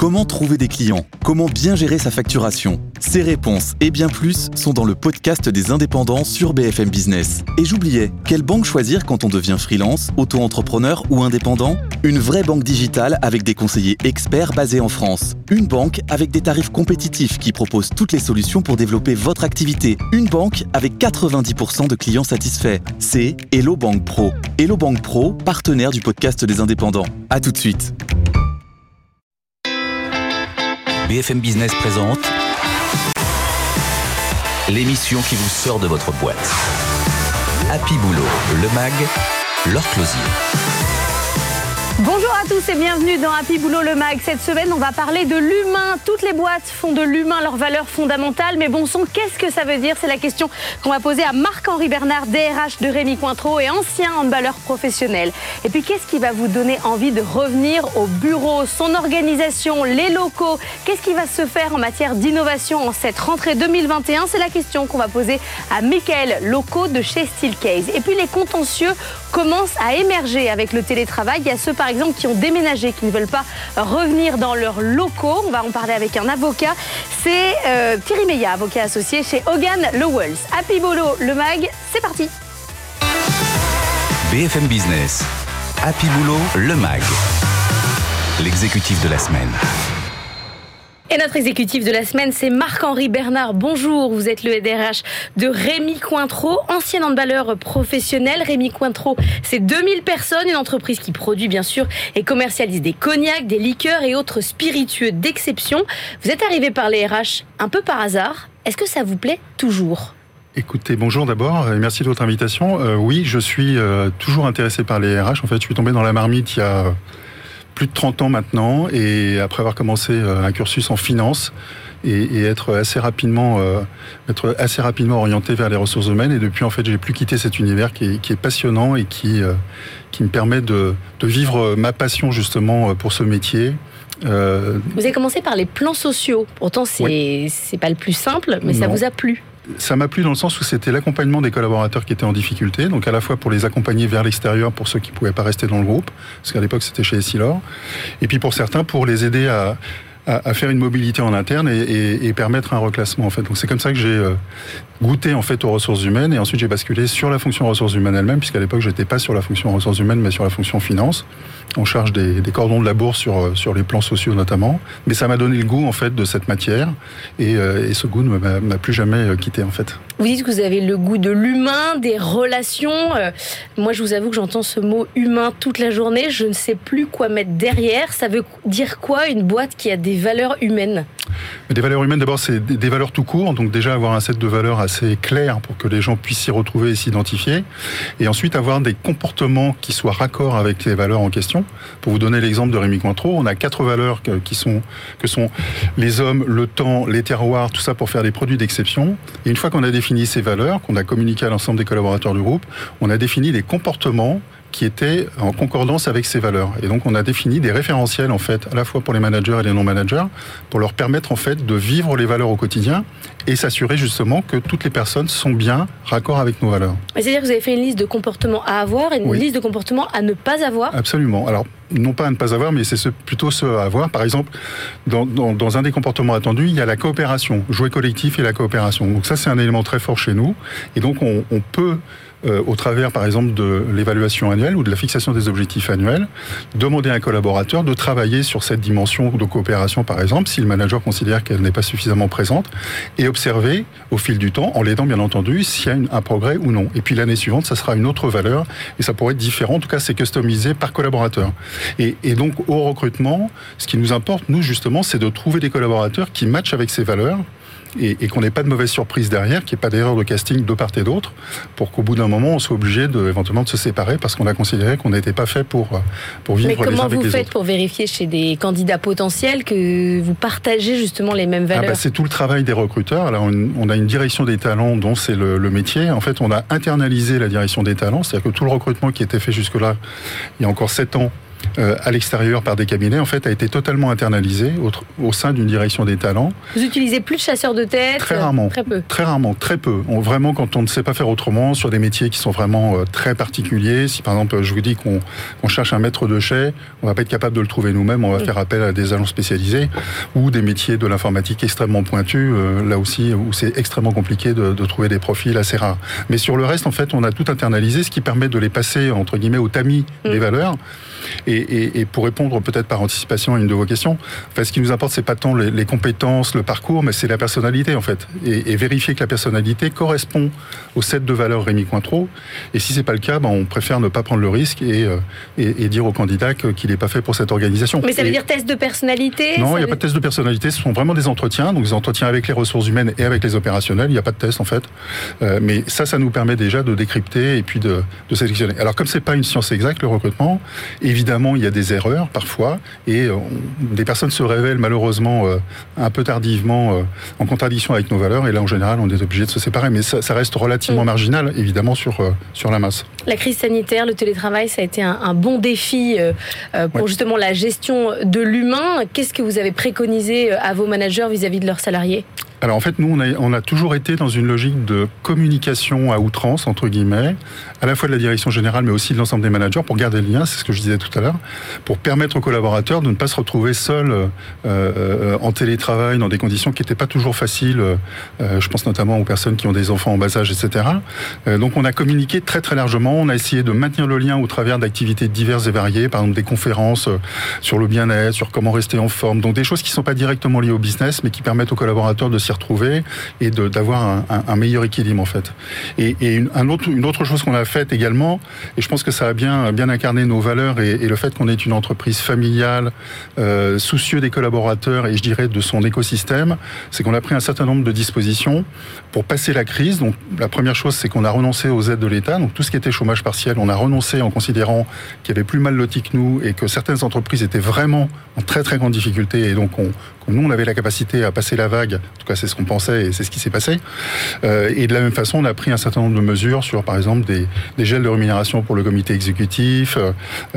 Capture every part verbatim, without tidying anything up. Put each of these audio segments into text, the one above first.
Comment trouver des clients ? Comment bien gérer sa facturation ? Ces réponses et bien plus sont dans le podcast des indépendants sur B F M Business. Et j'oubliais, quelle banque choisir quand on devient freelance, auto-entrepreneur ou indépendant ? Une vraie banque digitale avec des conseillers experts basés en France. Une banque avec des tarifs compétitifs qui propose toutes les solutions pour développer votre activité. Une banque avec quatre-vingt-dix pour cent de clients satisfaits. C'est Hello Bank Pro. Hello Bank Pro, partenaire du podcast des indépendants. À tout de suite. B F M Business présente l'émission qui vous sort de votre boîte. Happy Boulot, le mag, Laure Closier. Bonjour à tous et bienvenue dans Happy Boulot le Mag. Cette semaine, on va parler de l'humain. Toutes les boîtes font de l'humain leur valeur fondamentale. Mais bon sang, qu'est-ce que ça veut dire ? C'est la question qu'on va poser à Marc-Henri Bernard, D R H de Rémy Cointreau et ancien handballeur professionnel. Et puis, qu'est-ce qui va vous donner envie de revenir au bureau ? Son organisation, les locaux. Qu'est-ce qui va se faire en matière d'innovation en cette rentrée deux mille vingt et un ? C'est la question qu'on va poser à Michael Locaux de chez Steelcase. Et puis, les contentieux commencent à émerger avec le télétravail. Il y a ceux, par exemple, qui ont déménagé, qui ne veulent pas revenir dans leurs locaux. On va en parler avec un avocat. C'est euh, Thierry Meillat, avocat associé chez Hogan Lovells. Happy Boulot, le mag, c'est parti. B F M Business, Happy Boulot, le mag, l'exécutif de la semaine. Et notre exécutif de la semaine, c'est Marc-Henri Bernard. Bonjour, vous êtes le D R H de Rémy Cointreau, ancien handballeur professionnel. Rémy Cointreau, c'est deux mille personnes, une entreprise qui produit bien sûr et commercialise des cognacs, des liqueurs et autres spiritueux d'exception. Vous êtes arrivé par les R H un peu par hasard. Est-ce que ça vous plaît toujours ? Écoutez, bonjour d'abord et merci de votre invitation. Euh, oui, je suis euh, toujours intéressé par les R H. En fait, je suis tombé dans la marmite il y a plus de trente ans maintenant, et après avoir commencé un cursus en finance et, et être assez rapidement euh, être assez rapidement orienté vers les ressources humaines, et depuis en fait j'ai plus quitté cet univers qui est, qui est passionnant et qui euh, qui me permet de, de vivre ma passion justement pour ce métier. Euh... Vous avez commencé par les plans sociaux. Pourtant c'est oui. c'est pas le plus simple, mais non. Ça vous a plu? Ça m'a plu dans le sens où c'était l'accompagnement des collaborateurs qui étaient en difficulté, donc à la fois pour les accompagner vers l'extérieur pour ceux qui ne pouvaient pas rester dans le groupe, parce qu'à l'époque c'était chez Essilor, et puis pour certains pour les aider à, à, à faire une mobilité en interne et, et, et permettre un reclassement en fait. Donc c'est comme ça que j'ai euh, goûté en fait aux ressources humaines, et ensuite j'ai basculé sur la fonction ressources humaines elle-même, puisqu'à l'époque j'étais pas sur la fonction ressources humaines mais sur la fonction finance, en charge des, des cordons de la bourse sur, sur les plans sociaux notamment. Mais ça m'a donné le goût en fait de cette matière, et, euh, et ce goût ne m'a, m'a plus jamais quitté en fait. Vous dites que vous avez le goût de l'humain, des relations. Euh, moi je vous avoue que j'entends ce mot humain toute la journée, je ne sais plus quoi mettre derrière. Ça veut dire quoi une boîte qui a des valeurs humaines ? Des valeurs humaines, d'abord c'est des valeurs tout court, donc déjà avoir un set de valeurs assez clair pour que les gens puissent s'y retrouver et s'identifier, et ensuite avoir des comportements qui soient raccords avec les valeurs en question. Pour vous donner l'exemple de Rémy Cointreau, on a quatre valeurs qui sont, que sont les hommes, le temps, les terroirs, tout ça pour faire des produits d'exception. Et une fois qu'on a défini ces valeurs, qu'on a communiqué à l'ensemble des collaborateurs du groupe, on a défini les comportements qui étaient en concordance avec ces valeurs. Et donc on a défini des référentiels en fait, à la fois pour les managers et les non-managers, pour leur permettre en fait de vivre les valeurs au quotidien et s'assurer justement que toutes les personnes sont bien raccord avec nos valeurs. C'est-à-dire que vous avez fait une liste de comportements à avoir et une oui. liste de comportements à ne pas avoir ? Absolument. Alors, non pas à ne pas avoir, mais c'est ce, plutôt ce à avoir. Par exemple, dans, dans, dans un des comportements attendus, il y a la coopération, jouer collectif et la coopération. Donc ça, c'est un élément très fort chez nous. Et donc, on, on peut... Euh, au travers, par exemple, de l'évaluation annuelle ou de la fixation des objectifs annuels, demander à un collaborateur de travailler sur cette dimension de coopération, par exemple, si le manager considère qu'elle n'est pas suffisamment présente, et observer au fil du temps, en l'aidant bien entendu, s'il y a une, un progrès ou non. Et puis l'année suivante, ça sera une autre valeur, et ça pourrait être différent. En tout cas, c'est customisé par collaborateur. Et, et donc, au recrutement, ce qui nous importe, nous, justement, c'est de trouver des collaborateurs qui matchent avec ces valeurs, Et, et qu'on n'ait pas de mauvaise surprise derrière, qu'il n'y ait pas d'erreur de casting de part et d'autre, pour qu'au bout d'un moment, on soit obligé de, éventuellement de se séparer parce qu'on a considéré qu'on n'était pas fait pour, pour vivre les uns avec les autres. Mais comment vous faites pour vérifier chez des candidats potentiels que vous partagez justement les mêmes valeurs ? ah bah C'est tout le travail des recruteurs. Alors, on, on a une direction des talents dont c'est le, le métier. En fait, on a internalisé la direction des talents, c'est-à-dire que tout le recrutement qui était fait jusque-là, il y a encore sept ans, euh, à l'extérieur par des cabinets, en fait, a été totalement internalisé au, au sein d'une direction des talents. Vous utilisez plus de chasseurs de tête? Très rarement. Très peu. Très rarement, très peu. On, vraiment, quand on ne sait pas faire autrement, sur des métiers qui sont vraiment euh, très particuliers, si par exemple, je vous dis qu'on on cherche un maître de chais, on va pas être capable de le trouver nous-mêmes, on va mmh. faire appel à des agents spécialisés, ou des métiers de l'informatique extrêmement pointus, euh, là aussi, où c'est extrêmement compliqué de, de trouver des profils assez rares. Mais sur le reste, en fait, on a tout internalisé, ce qui permet de les passer, entre guillemets, au tamis mmh. des valeurs. Et, et, et pour répondre peut-être par anticipation à une de vos questions, enfin, ce qui nous importe, c'est pas tant les, les compétences, le parcours, mais c'est la personnalité, en fait. Et, et vérifier que la personnalité correspond au set de valeurs Rémy Cointreau. Et si c'est pas le cas, ben, on préfère ne pas prendre le risque et, euh, et, et dire au candidat qu'il n'est pas fait pour cette organisation. Mais ça veut et, dire test de personnalité? Non, il n'y a veut... pas de test de personnalité, ce sont vraiment des entretiens, donc des entretiens avec les ressources humaines et avec les opérationnels, il n'y a pas de test en fait. Euh, mais ça, ça nous permet déjà de décrypter et puis de, de sélectionner. Alors comme c'est pas une science exacte, le recrutement, évidemment, il y a des erreurs parfois, et on, des personnes se révèlent malheureusement euh, un peu tardivement euh, en contradiction avec nos valeurs, et là en général on est obligé de se séparer, mais ça, ça reste relativement mmh. marginal évidemment sur, euh, sur la masse. La crise sanitaire, le télétravail, ça a été un, un bon défi euh, pour ouais. justement la gestion de l'humain. Qu'est-ce que vous avez préconisé à vos managers vis-à-vis de leurs salariés ? Alors en fait, nous, on a, on a toujours été dans une logique de communication à outrance, entre guillemets, à la fois de la direction générale, mais aussi de l'ensemble des managers, pour garder le lien, c'est ce que je disais tout à l'heure, pour permettre aux collaborateurs de ne pas se retrouver seuls euh, euh, en télétravail, dans des conditions qui n'étaient pas toujours faciles. Euh, je pense notamment aux personnes qui ont des enfants en bas âge, et cetera. Euh, donc on a communiqué très très largement, on a essayé de maintenir le lien au travers d'activités diverses et variées, par exemple des conférences sur le bien-être, sur comment rester en forme, donc des choses qui ne sont pas directement liées au business, mais qui permettent aux collaborateurs de s'y retrouver et de, d'avoir un, un, un meilleur équilibre en fait. Et, et une, un autre, une autre chose qu'on a faite également, et je pense que ça a bien, bien incarné nos valeurs et, et le fait qu'on est une entreprise familiale, euh, soucieux des collaborateurs et je dirais de son écosystème, c'est qu'on a pris un certain nombre de dispositions pour passer la crise. Donc la première chose, c'est qu'on a renoncé aux aides de l'État, donc tout ce qui était chômage partiel, on a renoncé en considérant qu'il y avait plus mal loti que nous et que certaines entreprises étaient vraiment en très très grande difficulté, et donc on, nous on avait la capacité à passer la vague, en tout cas c'est ce qu'on pensait et c'est ce qui s'est passé. Euh, et de la même façon, on a pris un certain nombre de mesures sur, par exemple, des, des gels de rémunération pour le comité exécutif, euh,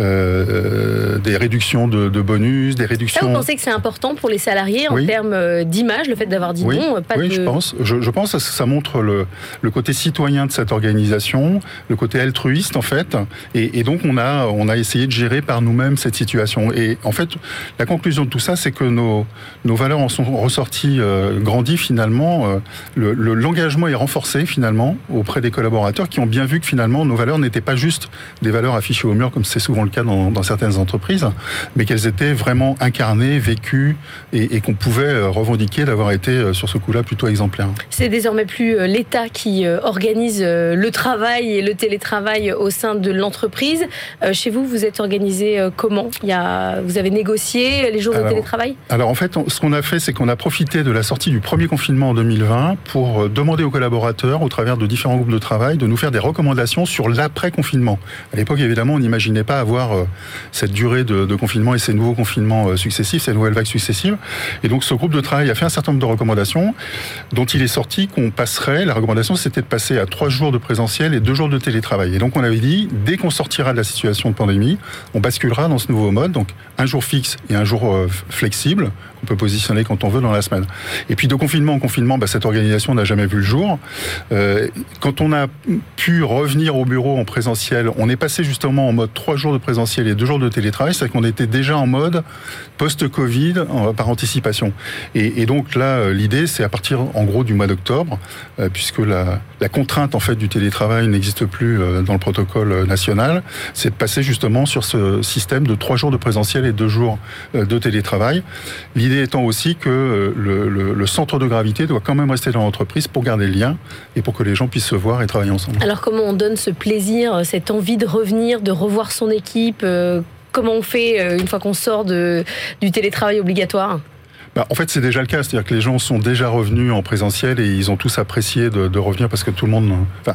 euh, des réductions de, de bonus, des réductions... Ça, vous pensez que c'est important pour les salariés en oui. termes d'image, le fait d'avoir dit oui. non pas Oui, de... je pense. Je, je pense que ça montre le, le côté citoyen de cette organisation, le côté altruiste, en fait. Et, et donc, on a, on a essayé de gérer par nous-mêmes cette situation. Et en fait, la conclusion de tout ça, c'est que nos, nos valeurs en sont ressorties euh, grandies, finalement. Euh, le, le, l'engagement est renforcé, finalement, auprès des collaborateurs qui ont bien vu que, finalement, nos valeurs n'étaient pas juste des valeurs affichées au mur, comme c'est souvent le cas dans, dans certaines entreprises, mais qu'elles étaient vraiment incarnées, vécues, et, et qu'on pouvait revendiquer d'avoir été, sur ce coup-là, plutôt exemplaire. C'est désormais plus l'État qui organise le travail et le télétravail au sein de l'entreprise. Chez vous, vous êtes organisé comment ? Il y a, vous avez négocié les jours alors, de télétravail ? Alors en fait, ce qu'on a fait, c'est qu'on a profité de la sortie du premier confinement en deux mille vingt pour demander aux collaborateurs, au travers de différents groupes de travail, de nous faire des recommandations sur l'après-confinement. À l'époque, évidemment, on n'imaginait pas avoir cette durée de, de confinement et ces nouveaux confinements successifs, ces nouvelles vagues successives. Et donc ce groupe de travail a fait un certain nombre de recommandations dont il est sorti qu'on passerait, la recommandation c'était de passer à trois jours de présentiel et deux jours de télétravail. Et donc on avait dit, dès qu'on sortira de la situation de pandémie, on basculera dans ce nouveau mode, donc un jour fixe et un jour euh, flexible, on peut positionner quand on veut dans la semaine. Et puis de confinement en confinement, bah, cette organisation n'a jamais vu le jour. Euh, quand on a pu revenir au bureau en présentiel, on est passé justement en mode trois jours de présentiel et deux jours de télétravail, c'est-à-dire qu'on était déjà en mode post-Covid euh, par anticipation. Et, et donc là, l'idée, c'est à partir en gros du mois d'octobre, euh, puisque la, la contrainte en fait du télétravail n'existe plus euh, dans le protocole national, c'est de passer justement sur ce système de trois jours de présentiel et deux jours euh, de télétravail. L'idée étant aussi que euh, le, le, le centre de gravité doit quand même rester dans l'entreprise pour garder le lien et pour que les gens puissent se voir et travailler ensemble. Alors comment on donne ce plaisir, cette envie de revenir, de revoir son équipe euh, comment on fait euh, une fois qu'on sort de, du télétravail obligatoire ? Bah, en fait, c'est déjà le cas. C'est-à-dire que les gens sont déjà revenus en présentiel et ils ont tous apprécié de, de revenir parce que tout le monde... Enfin,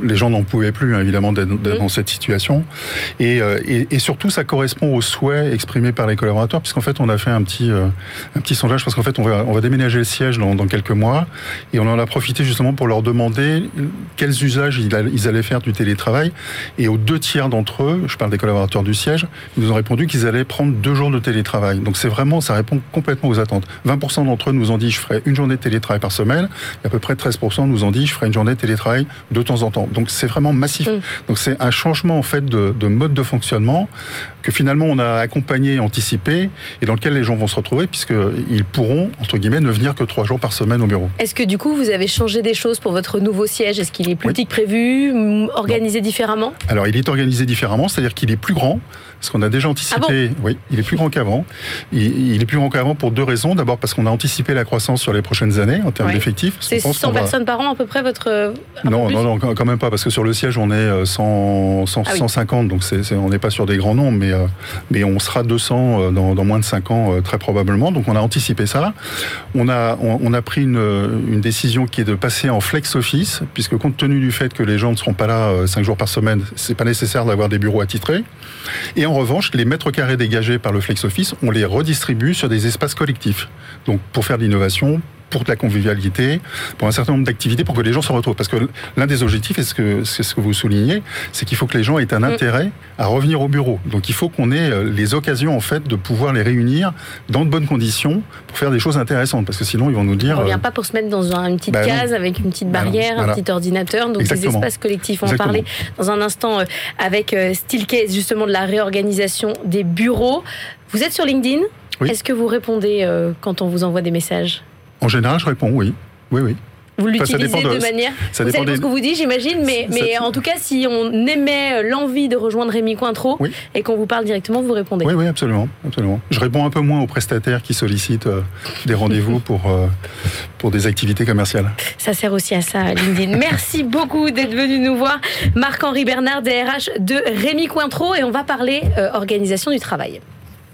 les gens n'en pouvaient plus, hein, évidemment, d'être, d'être dans cette situation. Et, euh, et, et surtout, ça correspond aux souhaits exprimés par les collaborateurs, puisqu'en fait, on a fait un petit, euh, un petit sondage, parce qu'en fait, on va, on va déménager le siège dans, dans quelques mois, et on en a profité justement pour leur demander quels usages ils allaient faire du télétravail. Et aux deux tiers d'entre eux, je parle des collaborateurs du siège, ils nous ont répondu qu'ils allaient prendre deux jours de télétravail. Donc c'est vraiment, ça répond complètement aux attentes. vingt pour cent d'entre eux nous ont dit je ferai une journée de télétravail par semaine, et à peu près treize pour cent nous ont dit je ferai une journée de télétravail de temps en temps. Donc c'est vraiment massif. Mmh. Donc c'est un changement en fait de, de mode de fonctionnement que finalement on a accompagné, anticipé, et dans lequel les gens vont se retrouver puisqu'ils pourront, entre guillemets, ne venir que trois jours par semaine au bureau. Est-ce que du coup vous avez changé des choses pour votre nouveau siège ? Est-ce qu'il est plus petit oui. que prévu, organisé non. différemment ? Alors il est organisé différemment, c'est-à-dire qu'il est plus grand, parce qu'on a déjà anticipé, ah bon oui, il est plus grand qu'avant. Il, il est plus grand qu'avant pour deux raisons. D'abord parce qu'on a anticipé la croissance sur les prochaines années en termes oui. d'effectifs. C'est cent personnes va... par an à peu près votre... Non, non, non, quand même pas, parce que sur le siège on est cent, cent, ah oui. cent cinquante, donc c'est, c'est, on n'est pas sur des grands nombres, mais, euh, mais on sera deux cents dans, dans moins de cinq ans euh, très probablement. Donc on a anticipé ça. On a, on, on a pris une, une décision qui est de passer en flex office, puisque compte tenu du fait que les gens ne seront pas là euh, cinq jours par semaine, c'est pas nécessaire d'avoir des bureaux attitrés. Et en revanche, les mètres carrés dégagés par le flex office, on les redistribue sur des espaces collectifs. Donc pour faire de l'innovation, pour de la convivialité, pour un certain nombre d'activités, pour que les gens se retrouvent. Parce que l'un des objectifs, et ce que, c'est ce que vous soulignez, c'est qu'il faut que les gens aient un intérêt à revenir au bureau. Donc il faut qu'on ait les occasions, en fait, de pouvoir les réunir dans de bonnes conditions pour faire des choses intéressantes. Parce que sinon, ils vont nous dire... On ne vient pas pour se mettre dans une petite bah case, non. avec une petite barrière, bah voilà. un petit ordinateur, donc Exactement. Des espaces collectifs. On va en parler dans un instant avec Steelcase, justement, de la réorganisation des bureaux. Vous êtes sur LinkedIn ? Oui. Est-ce que vous répondez quand on vous envoie des messages ? En général, je réponds oui. Oui, oui. Vous l'utilisez enfin, de, de manière... Ça vous savez des... ce que vous dites, j'imagine, mais, mais ça... en tout cas, si on émet l'envie de rejoindre Rémi Cointreau oui. et qu'on vous parle directement, vous répondez. Oui, oui, absolument, absolument. Je réponds un peu moins aux prestataires qui sollicitent euh, des rendez-vous pour, euh, pour des activités commerciales. Ça sert aussi à ça, LinkedIn. Merci beaucoup d'être venu nous voir. Marc-Henri Bernard, D R H de Rémi Cointreau, et on va parler euh, organisation du travail.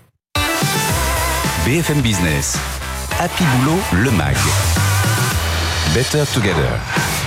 B F M Business. Happy Boulot, le M A G. Better Together.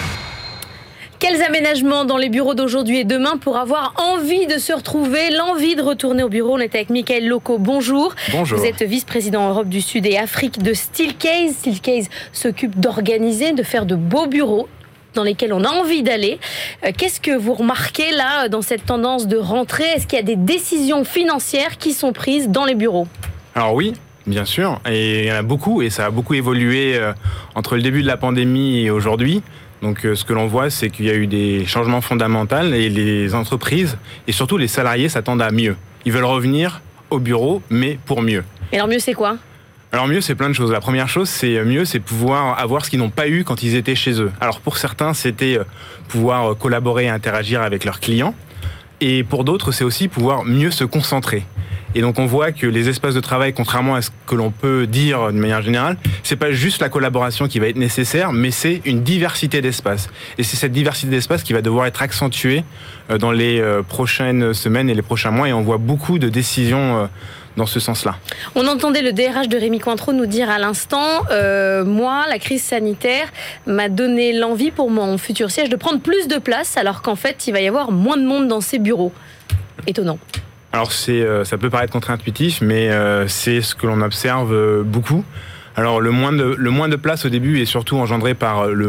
Quels aménagements dans les bureaux d'aujourd'hui et demain pour avoir envie de se retrouver, l'envie de retourner au bureau ? On est avec Michael Locaux. Bonjour. Bonjour. Vous êtes vice-président Europe du Sud et Afrique de Steelcase. Steelcase s'occupe d'organiser, de faire de beaux bureaux dans lesquels on a envie d'aller. Qu'est-ce que vous remarquez là dans cette tendance de rentrée ? Est-ce qu'il y a des décisions financières qui sont prises dans les bureaux ? Alors oui. Bien sûr, et il y en a beaucoup, et ça a beaucoup évolué euh, entre le début de la pandémie et aujourd'hui. Donc euh, ce que l'on voit, c'est qu'il y a eu des changements fondamentaux, et les entreprises, et surtout les salariés, s'attendent à mieux. Ils veulent revenir au bureau, mais pour mieux. Et alors mieux, c'est quoi ? Alors mieux, c'est plein de choses. La première chose, c'est mieux, c'est pouvoir avoir ce qu'ils n'ont pas eu quand ils étaient chez eux. Alors pour certains, c'était pouvoir collaborer et interagir avec leurs clients, et pour d'autres, c'est aussi pouvoir mieux se concentrer. Et donc on voit que les espaces de travail, contrairement à ce que l'on peut dire de manière générale, c'est pas juste la collaboration qui va être nécessaire, mais c'est une diversité d'espaces. Et c'est cette diversité d'espaces qui va devoir être accentuée dans les prochaines semaines et les prochains mois. Et on voit beaucoup de décisions dans ce sens-là. On entendait le D R H de Rémi Cointreau nous dire à l'instant, euh, moi, la crise sanitaire m'a donné l'envie pour mon futur siège de prendre plus de place, alors qu'en fait, il va y avoir moins de monde dans ces bureaux. Étonnant. Alors c'est, euh, ça peut paraître contre-intuitif, mais euh, c'est ce que l'on observe euh, beaucoup. Alors le moins de le moins de place au début est surtout engendré par le,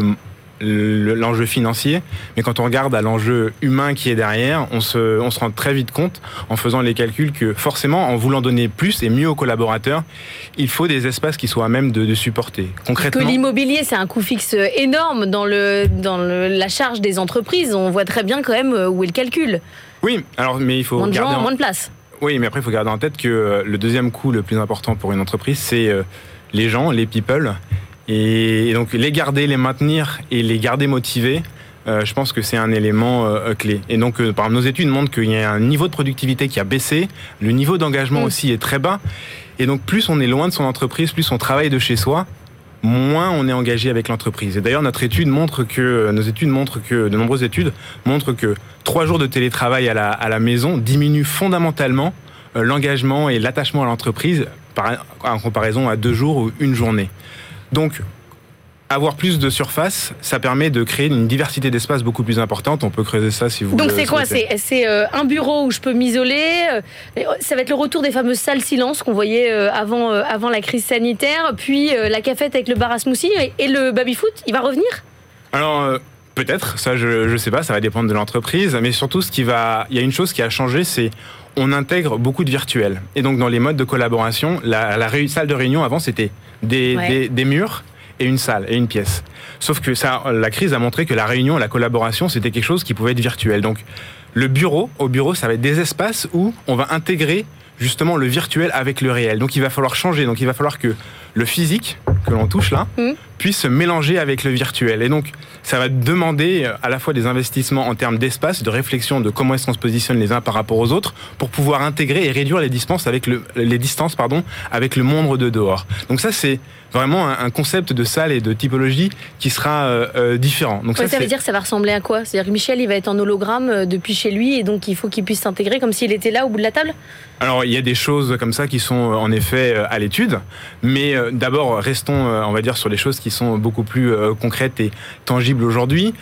le l'enjeu financier, mais quand on regarde à l'enjeu humain qui est derrière, on se on se rend très vite compte en faisant les calculs que forcément en voulant donner plus et mieux aux collaborateurs, il faut des espaces qui soient à même de, de supporter. Concrètement, parce que l'immobilier, c'est un coût fixe énorme dans le dans le, la charge des entreprises. On voit très bien quand même où est le calcul. Oui, alors mais il faut moins de garder gens, en... moins de place. Oui, mais après il faut garder en tête que euh, le deuxième coût le plus important pour une entreprise, c'est euh, les gens, les people, et, et donc les garder, les maintenir et les garder motivés. Euh, je pense que c'est un élément euh, clé. Et donc, euh, par exemple, nos études montrent qu'il y a un niveau de productivité qui a baissé, le niveau d'engagement mmh. aussi est très bas. Et donc, plus on est loin de son entreprise, plus on travaille de chez soi, moins on est engagé avec l'entreprise. Et d'ailleurs, notre étude montre que, nos études montrent que, de nombreuses études montrent que trois jours de télétravail à la, à la maison diminuent fondamentalement euh, l'engagement et l'attachement à l'entreprise par, en comparaison à deux jours ou une journée. Donc, avoir plus de surface, ça permet de créer une diversité d'espaces beaucoup plus importante. On peut creuser ça si vous voulez. Donc c'est quoi ? C'est, c'est euh, un bureau où je peux m'isoler. Euh, ça va être le retour des fameuses salles silence qu'on voyait euh, avant, euh, avant la crise sanitaire. Puis euh, la cafette avec le bar à smoothie et, et le baby-foot, il va revenir ? Alors euh, peut-être, ça je je sais pas, ça va dépendre de l'entreprise. Mais surtout, ce qui va, il y a une chose qui a changé, c'est on intègre beaucoup de virtuel. Et donc dans les modes de collaboration, la, la ré- salle de réunion avant c'était des, Ouais. des, des murs et une salle et une pièce. Sauf que ça, la crise a montré que la réunion, la collaboration, c'était quelque chose qui pouvait être virtuel. Donc, le bureau, au bureau, ça va être des espaces où on va intégrer justement le virtuel avec le réel. Donc, il va falloir changer. Donc, il va falloir que le physique, que l'on touche là, Mmh. puisse se mélanger avec le virtuel. Et donc, ça va demander à la fois des investissements en termes d'espace, de réflexion de comment est-ce qu'on se positionne les uns par rapport aux autres, pour pouvoir intégrer et réduire les distances avec le, les distances, pardon, avec le monde de dehors. Donc ça, c'est vraiment un, un concept de salle et de typologie qui sera euh, euh, différent. Donc Ouais, ça, ça veut c'est... dire que ça va ressembler à quoi ? C'est-à-dire que Michel, il va être en hologramme euh, depuis chez lui et donc il faut qu'il puisse s'intégrer comme s'il était là au bout de la table ? Alors, il y a des choses comme ça qui sont euh, en effet euh, à l'étude, mais euh, d'abord, restons, euh, on va dire, sur les choses qui sont beaucoup plus euh, concrètes et tangibles aujourd'hui.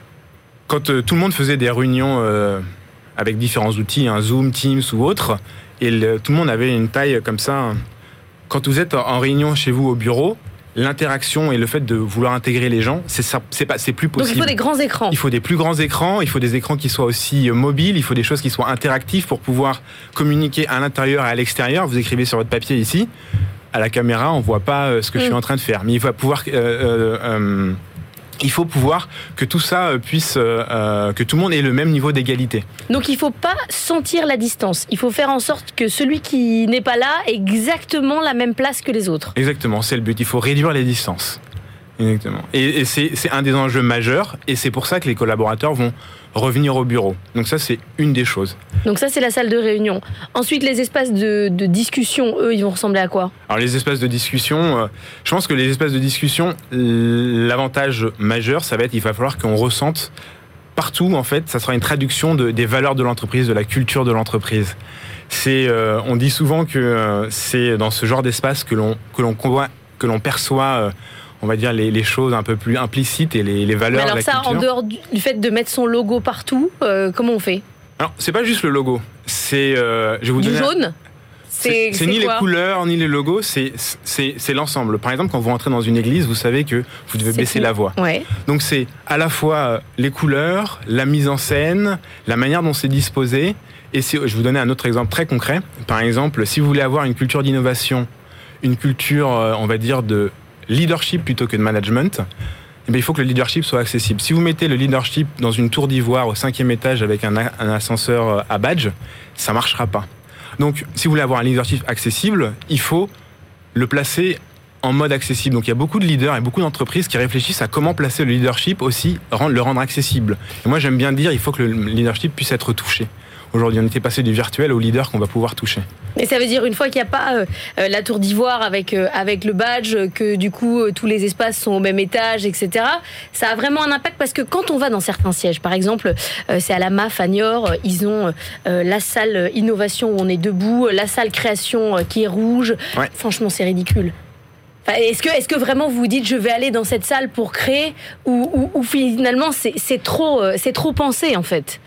Quand euh, tout le monde faisait des réunions euh, avec différents outils, un Zoom, Teams ou autre, et le- tout le monde avait une taille comme ça. Quand vous êtes en réunion chez vous au bureau, l'interaction et le fait de vouloir intégrer les gens, c'est, ça- c'est, pas, c'est plus Donc possible. il faut des grands écrans. Il faut des plus grands écrans, il faut des écrans qui soient aussi euh, mobiles, il faut des choses qui soient interactives pour pouvoir communiquer à l'intérieur et à l'extérieur. Vous écrivez sur votre papier ici, à la caméra, on voit pas euh, ce que Mm. je suis en train de faire. Mais il va pouvoir... euh, euh, euh, il faut pouvoir que tout ça euh, puisse... euh, euh, que tout le monde ait le même niveau d'égalité. Donc il ne faut pas sentir la distance. Il faut faire en sorte que celui qui n'est pas là ait exactement la même place que les autres. Exactement, c'est le but. Il faut réduire les distances. Exactement. Et, et c'est, c'est un des enjeux majeurs, et c'est pour ça que les collaborateurs vont revenir au bureau. Donc ça, c'est une des choses. Donc ça, c'est la salle de réunion. Ensuite, les espaces de, de discussion, eux, ils vont ressembler à quoi ? Alors les espaces de discussion, euh, je pense que les espaces de discussion, l'avantage majeur, ça va être qu'il va falloir qu'on ressente partout, en fait, ça sera une traduction de, des valeurs de l'entreprise, de la culture de l'entreprise. C'est, euh, on dit souvent que euh, c'est dans ce genre d'espace que l'on, que l'on, convoit, que l'on perçoit... Euh, on va dire les, les choses un peu plus implicites et les, les valeurs Mais alors de la ça, culture. en dehors du, du fait de mettre son logo partout, euh, comment on fait ? Alors, c'est pas juste le logo. C'est, euh, je vais vous Du donner un- jaune ? C'est, c'est c'est ni quoi les couleurs, ni les logos, c'est, c'est, c'est l'ensemble. Par exemple, quand vous rentrez dans une église, vous savez que vous devez C'est baisser tout. la voix. Ouais. Donc c'est à la fois les couleurs, la mise en scène, la manière dont c'est disposé. Et si, je vais vous donner un autre exemple très concret. Par exemple, si vous voulez avoir une culture d'innovation, une culture, euh, on va dire, de leadership plutôt que de management, eh bien, il faut que le leadership soit accessible. Si vous mettez le leadership dans une tour d'ivoire au cinquième étage avec un, a- un ascenseur à badge, ça marchera pas. Donc, si vous voulez avoir un leadership accessible, il faut le placer en mode accessible. Donc, il y a beaucoup de leaders et beaucoup d'entreprises qui réfléchissent à comment placer le leadership aussi, rendre, le rendre accessible. Et moi, j'aime bien dire, il faut que le leadership puisse être touché. Aujourd'hui, on était passé du virtuel au leader qu'on va pouvoir toucher. Et ça veut dire une fois qu'il n'y a pas euh, euh, la tour d'ivoire avec, euh, avec le badge, que du coup euh, tous les espaces sont au même étage, et cetera. Ça a vraiment un impact parce que quand on va dans certains sièges, par exemple, euh, c'est à la M A F à Niort, euh, ils ont euh, la salle innovation où on est debout, la salle création euh, qui est rouge. Ouais. Franchement, c'est ridicule. Enfin, est-ce que, est-ce que vraiment vous vous dites je vais aller dans cette salle pour créer ou, ou, ou finalement c'est, c'est, trop, euh, c'est trop pensé en fait?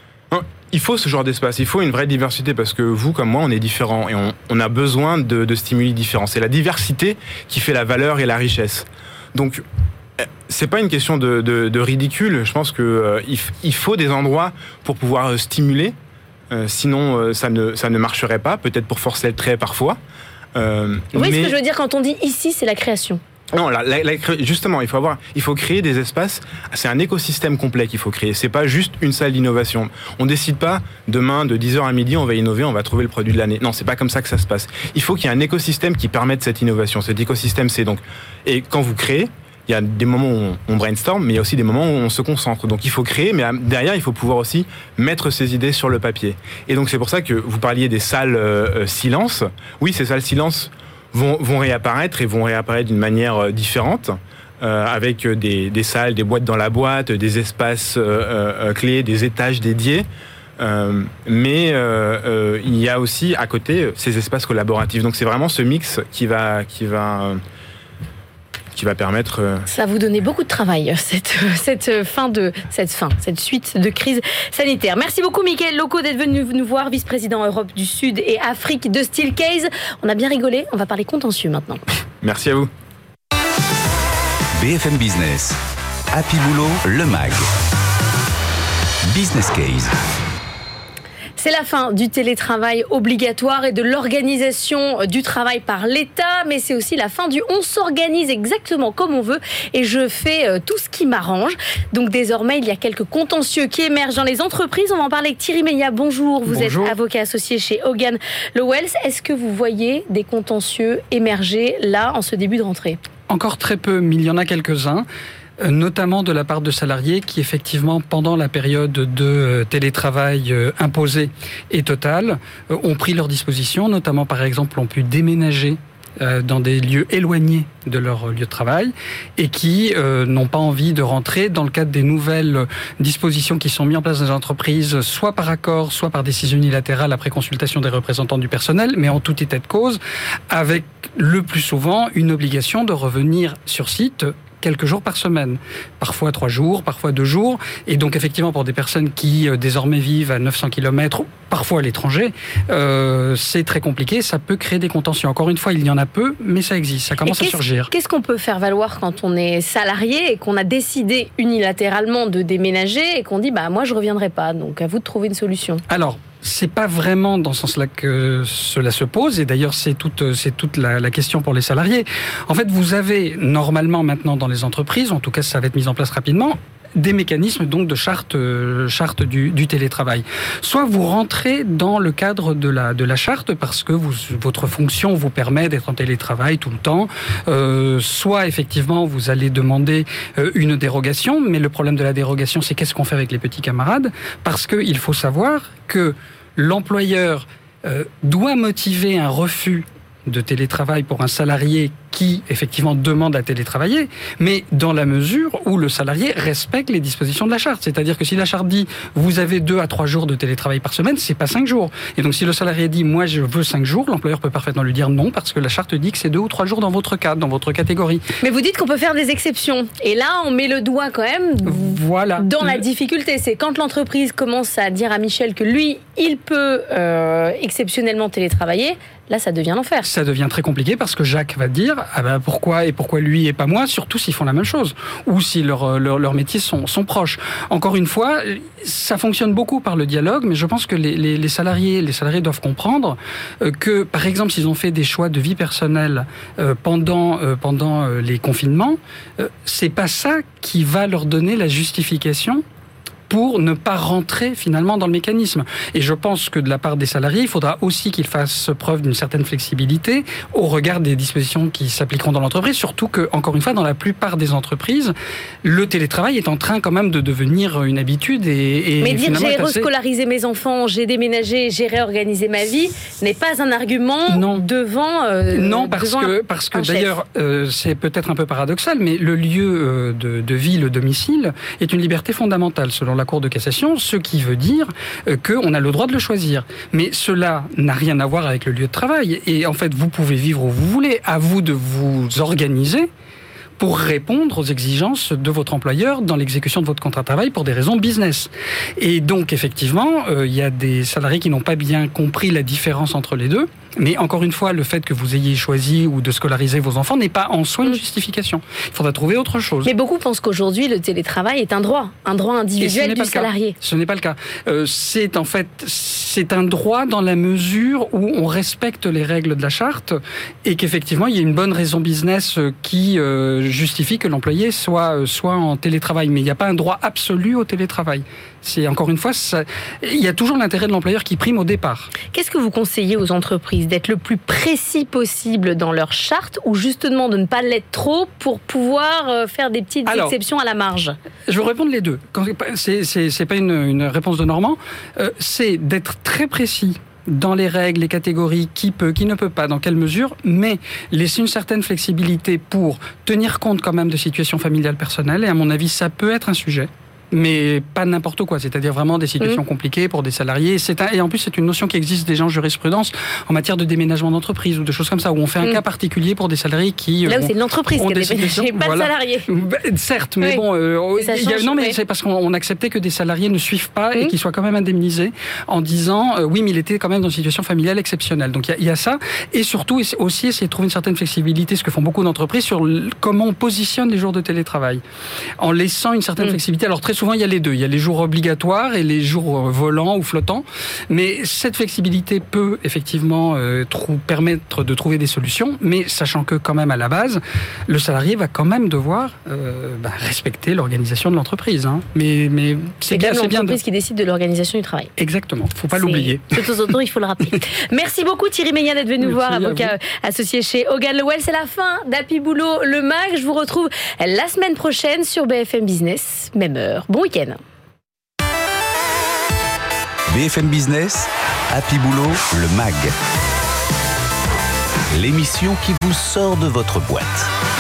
Il faut ce genre d'espace, il faut une vraie diversité parce que vous comme moi on est différents et on, on a besoin de, de stimuli différents. C'est la diversité qui fait la valeur et la richesse. Donc c'est pas une question de, de, de ridicule, je pense que euh, il, il faut des endroits pour pouvoir euh, stimuler, euh, sinon euh, ça, ne, ça ne marcherait pas, peut-être pour forcer le trait parfois. Euh, Vous voyez mais... ce que je veux dire quand on dit ici c'est la création? Non, la, la, la, justement, il faut avoir, il faut créer des espaces. C'est un écosystème complet qu'il faut créer. C'est pas juste une salle d'innovation. On décide pas demain de dix heures à midi, on va innover, on va trouver le produit de l'année. Non, c'est pas comme ça que ça se passe. Il faut qu'il y ait un écosystème qui permette cette innovation. Cet écosystème, c'est donc. Et quand vous créez, il y a des moments où on, on brainstorm, mais il y a aussi des moments où on se concentre. Donc il faut créer, mais derrière, il faut pouvoir aussi mettre ses idées sur le papier. Et donc c'est pour ça que vous parliez des salles euh, silence. Oui, ces salles silence Vont, vont réapparaître et vont réapparaître d'une manière différente, euh, avec des, des salles, des boîtes dans la boîte, des espaces euh, euh, clés, des étages dédiés. Euh, mais euh, euh, il y a aussi à côté ces espaces collaboratifs. Donc c'est vraiment ce mix qui va, qui va, qui va permettre... Euh... Ça vous donnait beaucoup de travail, cette, cette, fin de, cette fin, cette suite de crise sanitaire. Merci beaucoup, Mickaël Locaux, d'être venu nous voir, vice-président Europe du Sud et Afrique de Steelcase. On a bien rigolé, on va parler contentieux maintenant. Merci à vous. B F M Business, Happy Boulot, le mag. Business Case. C'est la fin du télétravail obligatoire et de l'organisation du travail par l'État, mais c'est aussi la fin du on s'organise exactement comme on veut et je fais tout ce qui m'arrange. Donc désormais, il y a quelques contentieux qui émergent dans les entreprises. On va en parler avec Thierry Meillat. Bonjour, vous Bonjour. êtes avocat associé chez Hogan Lovells. Est-ce que vous voyez des contentieux émerger là en ce début de rentrée ? Encore très peu, mais il y en a quelques-uns. Notamment de la part de salariés qui, effectivement, pendant la période de télétravail imposé et total, ont pris leurs dispositions, notamment, par exemple, ont pu déménager dans des lieux éloignés de leur lieu de travail et qui euh, n'ont pas envie de rentrer dans le cadre des nouvelles dispositions qui sont mises en place dans les entreprises, soit par accord, soit par décision unilatérale après consultation des représentants du personnel, mais en tout état de cause, avec le plus souvent une obligation de revenir sur site quelques jours par semaine, parfois trois jours, parfois deux jours, et donc effectivement pour des personnes qui euh, désormais vivent à neuf cents kilomètres, parfois à l'étranger, euh, c'est très compliqué, ça peut créer des contentieux. Encore une fois, il y en a peu, mais ça existe, ça commence à surgir. Qu'est-ce qu'on peut faire valoir quand on est salarié et qu'on a décidé unilatéralement de déménager et qu'on dit bah moi je reviendrai pas, donc à vous de trouver une solution. Alors, c'est pas vraiment dans ce sens-là que cela se pose, et d'ailleurs c'est toute, c'est toute la, la question pour les salariés. En fait, vous avez normalement maintenant dans les entreprises, en tout cas ça va être mis en place rapidement, des mécanismes donc de charte, euh, charte du, du télétravail. Soit vous rentrez dans le cadre de la, de la charte parce que vous, votre fonction vous permet d'être en télétravail tout le temps, euh, soit effectivement vous allez demander euh, une dérogation, mais le problème de la dérogation c'est qu'est-ce qu'on fait avec les petits camarades, parce qu'il faut savoir que l'employeur euh, doit motiver un refus de télétravail pour un salarié qui, effectivement, demande à télétravailler, mais dans la mesure où le salarié respecte les dispositions de la charte. C'est-à-dire que si la charte dit « vous avez deux à trois jours de télétravail par semaine », c'est pas cinq jours. Et donc, si le salarié dit « moi, je veux cinq jours », l'employeur peut parfaitement lui dire non, parce que la charte dit que c'est deux ou trois jours dans votre cadre, dans votre catégorie. Mais vous dites qu'on peut faire des exceptions. Et là, on met le doigt quand même voilà. dans la difficulté. C'est quand l'entreprise commence à dire à Michel que lui, il peut euh, exceptionnellement télétravailler, là, ça devient l'enfer. Ça devient très compliqué parce que Jacques va dire ah ben pourquoi et pourquoi lui et pas moi, surtout s'ils font la même chose ou si leurs leur, leur métiers sont, sont proches. Encore une fois, ça fonctionne beaucoup par le dialogue, mais je pense que les, les, les salariés, les salariés doivent comprendre que, par exemple, s'ils ont fait des choix de vie personnelle euh, pendant euh, pendant euh, les confinements, euh, c'est pas ça qui va leur donner la justification pour ne pas rentrer finalement dans le mécanisme. Et je pense que de la part des salariés, il faudra aussi qu'ils fassent preuve d'une certaine flexibilité au regard des dispositions qui s'appliqueront dans l'entreprise, surtout que, encore une fois, dans la plupart des entreprises, le télétravail est en train quand même de devenir une habitude. Et, et Mais dire j'ai assez... rescolarisé mes enfants, j'ai déménagé, j'ai réorganisé ma vie, n'est pas un argument non. devant euh, Non, parce devant que, parce que d'ailleurs, euh, c'est peut-être un peu paradoxal, mais le lieu euh, de, de vie, le domicile, est une liberté fondamentale, selon la Cour de cassation, ce qui veut dire euh, qu'on a le droit de le choisir. Mais cela n'a rien à voir avec le lieu de travail. Et en fait, vous pouvez vivre où vous voulez. À vous de vous organiser pour répondre aux exigences de votre employeur dans l'exécution de votre contrat de travail pour des raisons business. Et donc, effectivement, euh, il y a des salariés qui n'ont pas bien compris la différence entre les deux. Mais encore une fois, le fait que vous ayez choisi ou de scolariser vos enfants n'est pas en soi une justification. Il faudra trouver autre chose. Mais beaucoup pensent qu'aujourd'hui, le télétravail est un droit, un droit individuel du salarié. Ce n'est pas le cas. Euh, c'est en fait, c'est un droit dans la mesure où on respecte les règles de la charte et qu'effectivement, il y a une bonne raison business qui euh, justifie que l'employé soit, soit en télétravail. Mais il n'y a pas un droit absolu au télétravail. C'est encore une fois, ça, il y a toujours l'intérêt de l'employeur qui prime au départ. Qu'est-ce que vous conseillez aux entreprises? D'être le plus précis possible dans leur charte ou justement de ne pas l'être trop pour pouvoir faire des petites Alors, exceptions à la marge? Je vais répondre les deux. C'est, c'est, c'est pas une, une réponse de Normand. Euh, c'est d'être très précis dans les règles, les catégories, qui peut, qui ne peut pas, dans quelle mesure, mais laisser une certaine flexibilité pour tenir compte quand même de situations familiales personnelles. Et à mon avis, ça peut être un sujet mais pas n'importe quoi, c'est-à-dire vraiment des situations mmh. compliquées pour des salariés. C'est un, et en plus, c'est une notion qui existe déjà en jurisprudence en matière de déménagement d'entreprise ou de choses comme ça, où on fait un mmh. cas particulier pour des salariés qui... Là où ont, c'est l'entreprise qui a déménagé, pas voilà. le salarié. Ben, certes, mais oui. bon, euh, il y a, non, mais oui. c'est parce qu'on acceptait que des salariés ne suivent pas mmh. et qu'ils soient quand même indemnisés en disant, euh, oui, mais il était quand même dans une situation familiale exceptionnelle. Donc il y, y a ça, et surtout aussi essayer de trouver une certaine flexibilité, ce que font beaucoup d'entreprises, sur l- comment on positionne les jours de télétravail, en laissant une certaine mmh. flexibilité. Alors très souvent, il y a les deux. Il y a les jours obligatoires et les jours volants ou flottants, mais cette flexibilité peut effectivement euh, trou- permettre de trouver des solutions, mais sachant que quand même à la base, le salarié va quand même devoir euh, bah, respecter l'organisation de l'entreprise. Hein. Mais, mais c'est, c'est bien, quand même c'est l'entreprise bien de... qui décide de l'organisation du travail. Exactement, il ne faut pas c'est... l'oublier. De temps en temps, il faut le rappeler. Merci beaucoup Thierry Meillat d'être venu nous voir, avocat associé chez Hogan Lovells. C'est la fin d'Happy Boulot, le mag. Je vous retrouve la semaine prochaine sur B F M Business, même heure. Bon week-end. B F M Business, Happy Boulot, le mag. L'émission qui vous sort de votre boîte.